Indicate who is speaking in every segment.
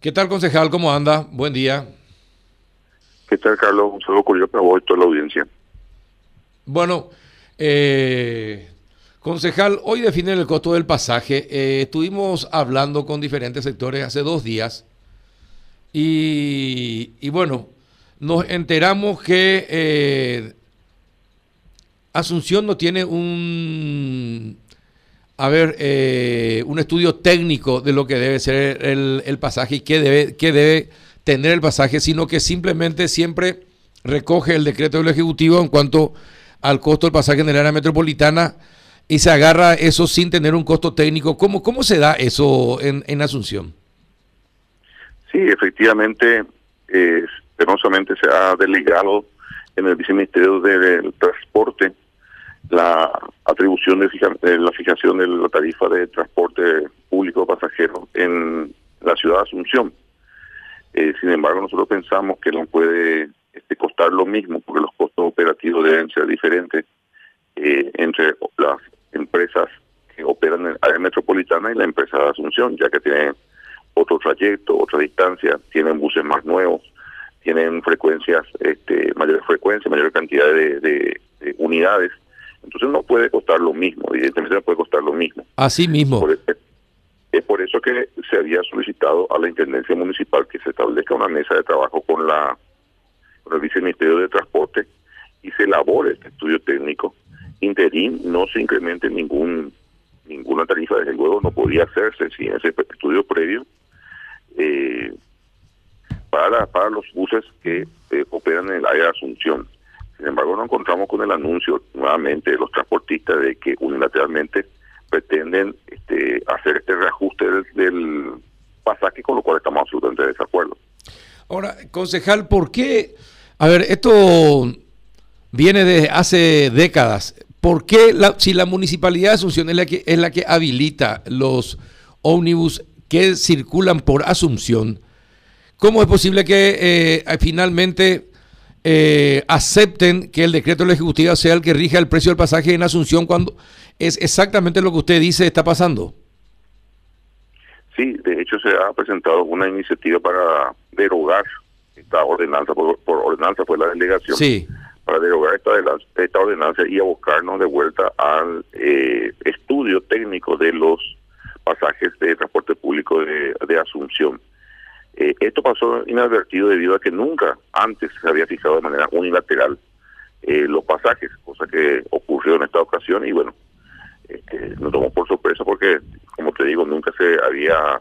Speaker 1: ¿Qué tal, concejal? ¿Cómo anda? Buen día.
Speaker 2: ¿Qué tal, Carlos? Un saludo cordial para vos y toda la audiencia.
Speaker 1: Bueno, concejal, hoy definen el costo del pasaje. Estuvimos hablando con diferentes sectores hace 2 días y bueno, nos enteramos que Asunción no tiene un estudio técnico de lo que debe ser el pasaje y qué debe tener el pasaje, sino que simplemente siempre recoge el decreto del Ejecutivo en cuanto al costo del pasaje en el área metropolitana y se agarra eso sin tener un costo técnico. ¿Cómo se da eso en Asunción?
Speaker 2: Sí, efectivamente, penosamente se ha delegado en el Viceministerio del Transporte la atribución de la fijación de la tarifa de transporte público pasajero en la ciudad de Asunción. Sin embargo, nosotros pensamos que no puede costar lo mismo, porque los costos operativos deben ser diferentes entre las empresas que operan en el área metropolitana y la empresa de Asunción, ya que tienen otro trayecto, otra distancia, tienen buses más nuevos, tienen frecuencias, mayor frecuencia, mayor cantidad de unidades. Entonces no puede costar lo mismo, evidentemente no puede costar lo mismo.
Speaker 1: Así mismo.
Speaker 2: Es por eso que se había solicitado a la Intendencia Municipal que se establezca una mesa de trabajo con el Viceministerio de Transporte y se elabore este estudio técnico. Interín no se incremente ninguna tarifa, desde luego no podía hacerse sin ese estudio previo para los buses que operan en el área de Asunción. Sin embargo, nos encontramos con el anuncio nuevamente de los transportistas de que unilateralmente pretenden hacer este reajuste del pasaje, con lo cual estamos absolutamente de desacuerdo.
Speaker 1: Ahora, concejal, ¿por qué? A ver, esto viene de hace décadas. ¿Por qué si la Municipalidad de Asunción es la que habilita los ómnibus que circulan por Asunción, cómo es posible que finalmente acepten que el decreto del Ejecutivo sea el que rija el precio del pasaje en Asunción cuando es exactamente lo que usted dice está pasando?
Speaker 2: Sí, de hecho se ha presentado una iniciativa para derogar esta ordenanza, por ordenanza fue la delegación,
Speaker 1: Sí.
Speaker 2: para derogar esta ordenanza y abocarnos de vuelta al estudio técnico de los pasajes de transporte público de Asunción. Esto pasó inadvertido debido a que nunca antes se había fijado de manera unilateral los pasajes, cosa que ocurrió en esta ocasión y bueno, nos tomó por sorpresa porque, como te digo, nunca se había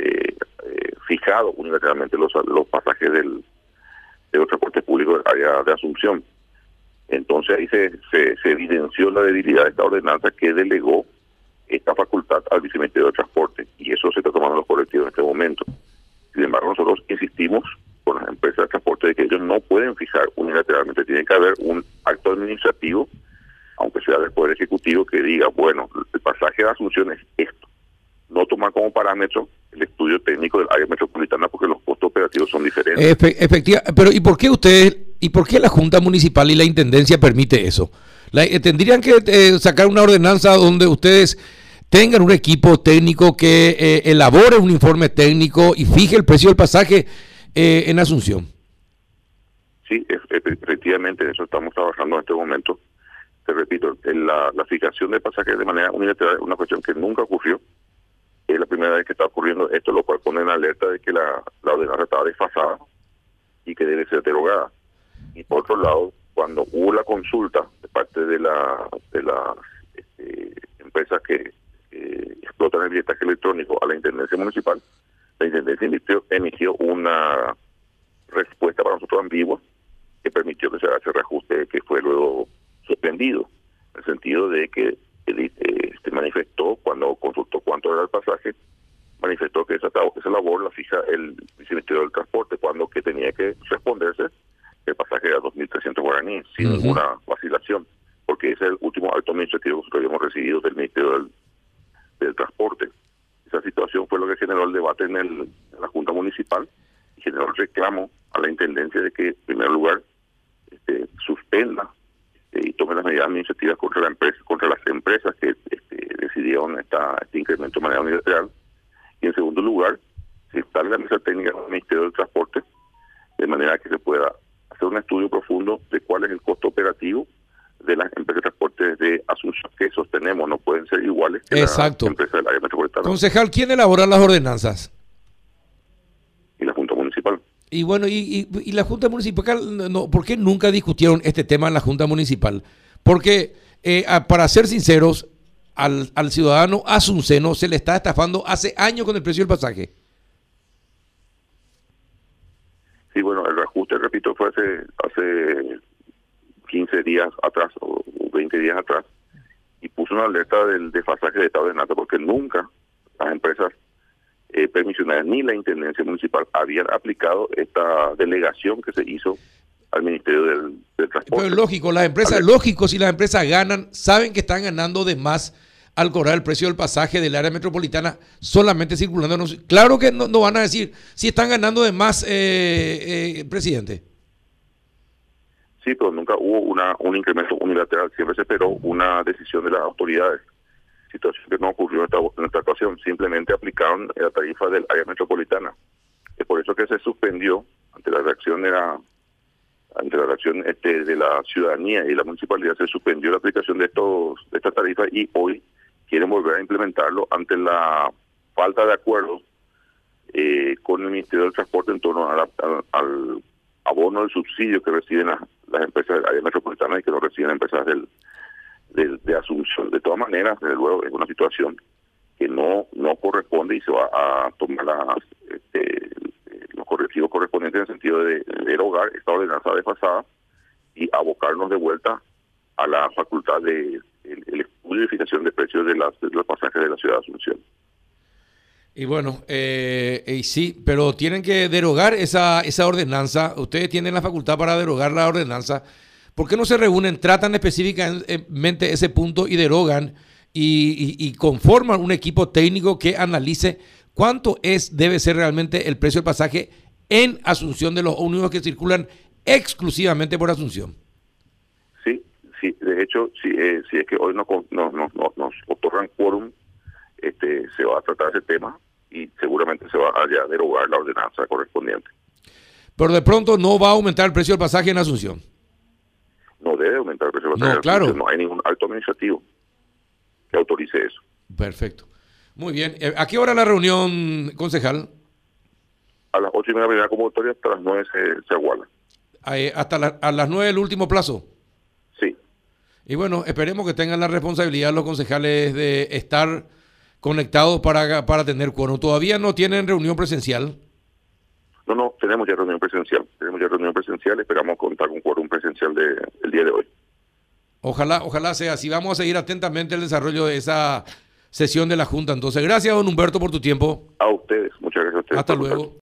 Speaker 2: fijado unilateralmente los pasajes del transporte público del área de Asunción. Entonces ahí se evidenció la debilidad de esta ordenanza que delegó esta facultad al Viceministerio de Transporte y eso se está tomando los colectivos en este momento. Sin embargo, nosotros insistimos con las empresas de transporte de que ellos no pueden fijar unilateralmente, tiene que haber un acto administrativo, aunque sea del Poder Ejecutivo, que diga, bueno, el pasaje de Asunción es esto. No tomar como parámetro el estudio técnico del área metropolitana porque los costos operativos son diferentes.
Speaker 1: Efectivamente, pero ¿y por qué la Junta Municipal y la Intendencia permite eso? Tendrían que sacar una ordenanza donde ustedes tengan un equipo técnico que elabore un informe técnico y fije el precio del pasaje en Asunción.
Speaker 2: Sí, efectivamente, en eso estamos trabajando en este momento. Te repito, la fijación de pasajes de manera unilateral es una cuestión que nunca ocurrió. Es la primera vez que está ocurriendo esto, lo cual pone en alerta de que la ordenanza estaba desfasada y que debe ser derogada. Y por otro lado, cuando hubo la consulta de parte de las empresas que explotan el billetaje electrónico a la Intendencia Municipal, la Intendencia emitió una respuesta para nosotros ambigua que permitió que se haga ese reajuste que fue luego suspendido, en el sentido de que manifestó, cuando consultó cuánto era el pasaje, manifestó que esa labor la fija el Viceministerio del Transporte, cuando que tenía que responderse el pasaje era 2.300 guaraníes, sin ninguna vacilación, porque ese es el último acto administrativo que habíamos recibido del Ministerio del Transporte. Esa situación fue lo que generó el debate en la Junta Municipal y generó el reclamo a la Intendencia de que, en primer lugar, suspenda y tome las medidas administrativas contra las empresas que decidieron este incremento de manera unilateral. Y en segundo lugar, se instale la mesa técnicas del Ministerio del Transporte, de manera que se pueda hacer un estudio profundo de cuál es el costo operativo de las empresas de transporte de Asunción que sostenemos, no pueden ser iguales que
Speaker 1: Exacto.
Speaker 2: las empresas del área metropolitana.
Speaker 1: Concejal, ¿quién elabora las ordenanzas?
Speaker 2: Y la Junta Municipal.
Speaker 1: Y bueno, y la Junta Municipal, no, ¿por qué nunca discutieron este tema en la Junta Municipal? Porque, para ser sinceros, al ciudadano asunceno se le está estafando hace años con el precio del pasaje.
Speaker 2: Sí, bueno, el reajuste, repito, fue hace 15 días atrás o 20 días atrás, y puso una alerta del desfasaje de esta ordenanza, porque nunca las empresas permisionarias ni la Intendencia Municipal habían aplicado esta delegación que se hizo al Ministerio del Transporte.
Speaker 1: Pero es lógico, las empresas, lógico, si las empresas ganan, saben que están ganando de más al cobrar el precio del pasaje del área metropolitana solamente circulando. Claro que no van a decir si están ganando de más, presidente.
Speaker 2: Sí, pero nunca hubo un incremento unilateral, siempre se esperó una decisión de las autoridades. Situación que no ocurrió en esta ocasión, simplemente aplicaron la tarifa del área metropolitana. Es por eso que se suspendió ante la reacción de la ciudadanía y la municipalidad, se suspendió la aplicación de esta tarifa, y hoy quieren volver a implementarlo ante la falta de acuerdo con el Ministerio del Transporte en torno al abono del subsidio que reciben las empresas del área metropolitana y que no reciben empresas de Asunción. De todas maneras, desde luego, es una situación que no corresponde, y se va a tomar los correctivos correspondientes en el sentido de derogar esta ordenanza desfasada y abocarnos de vuelta a la facultad de el estudio y fijación de precios de los pasajes de la ciudad de Asunción.
Speaker 1: Y bueno, sí, pero tienen que derogar esa ordenanza. Ustedes tienen la facultad para derogar la ordenanza. ¿Por qué no se reúnen, tratan específicamente ese punto y derogan y conforman un equipo técnico que analice cuánto debe ser realmente el precio del pasaje en Asunción de los ómnibus que circulan exclusivamente por Asunción?
Speaker 2: Sí, de hecho, si es que hoy nos otorgan quórum, se va a tratar ese tema y seguramente se va a derogar la ordenanza correspondiente.
Speaker 1: Pero de pronto no va a aumentar el precio del pasaje en Asunción.
Speaker 2: No debe aumentar el precio del pasaje.
Speaker 1: No, claro.
Speaker 2: No hay ningún acto administrativo que autorice eso.
Speaker 1: Perfecto. Muy bien. ¿A qué hora la reunión, concejal?
Speaker 2: A las 8:30 de la mañana convocatoria, hasta las 9 se aguarda.
Speaker 1: A las 9 el último plazo.
Speaker 2: Sí.
Speaker 1: Y bueno, esperemos que tengan la responsabilidad los concejales de estar conectados para tener quórum. ¿Todavía no tienen reunión presencial?
Speaker 2: No, tenemos ya reunión presencial. Esperamos contar con quórum presencial el día de hoy.
Speaker 1: Ojalá sea así. Vamos a seguir atentamente el desarrollo de esa sesión de la Junta. Entonces, gracias, don Humberto, por tu tiempo.
Speaker 2: A ustedes. Muchas gracias a ustedes.
Speaker 1: Hasta luego.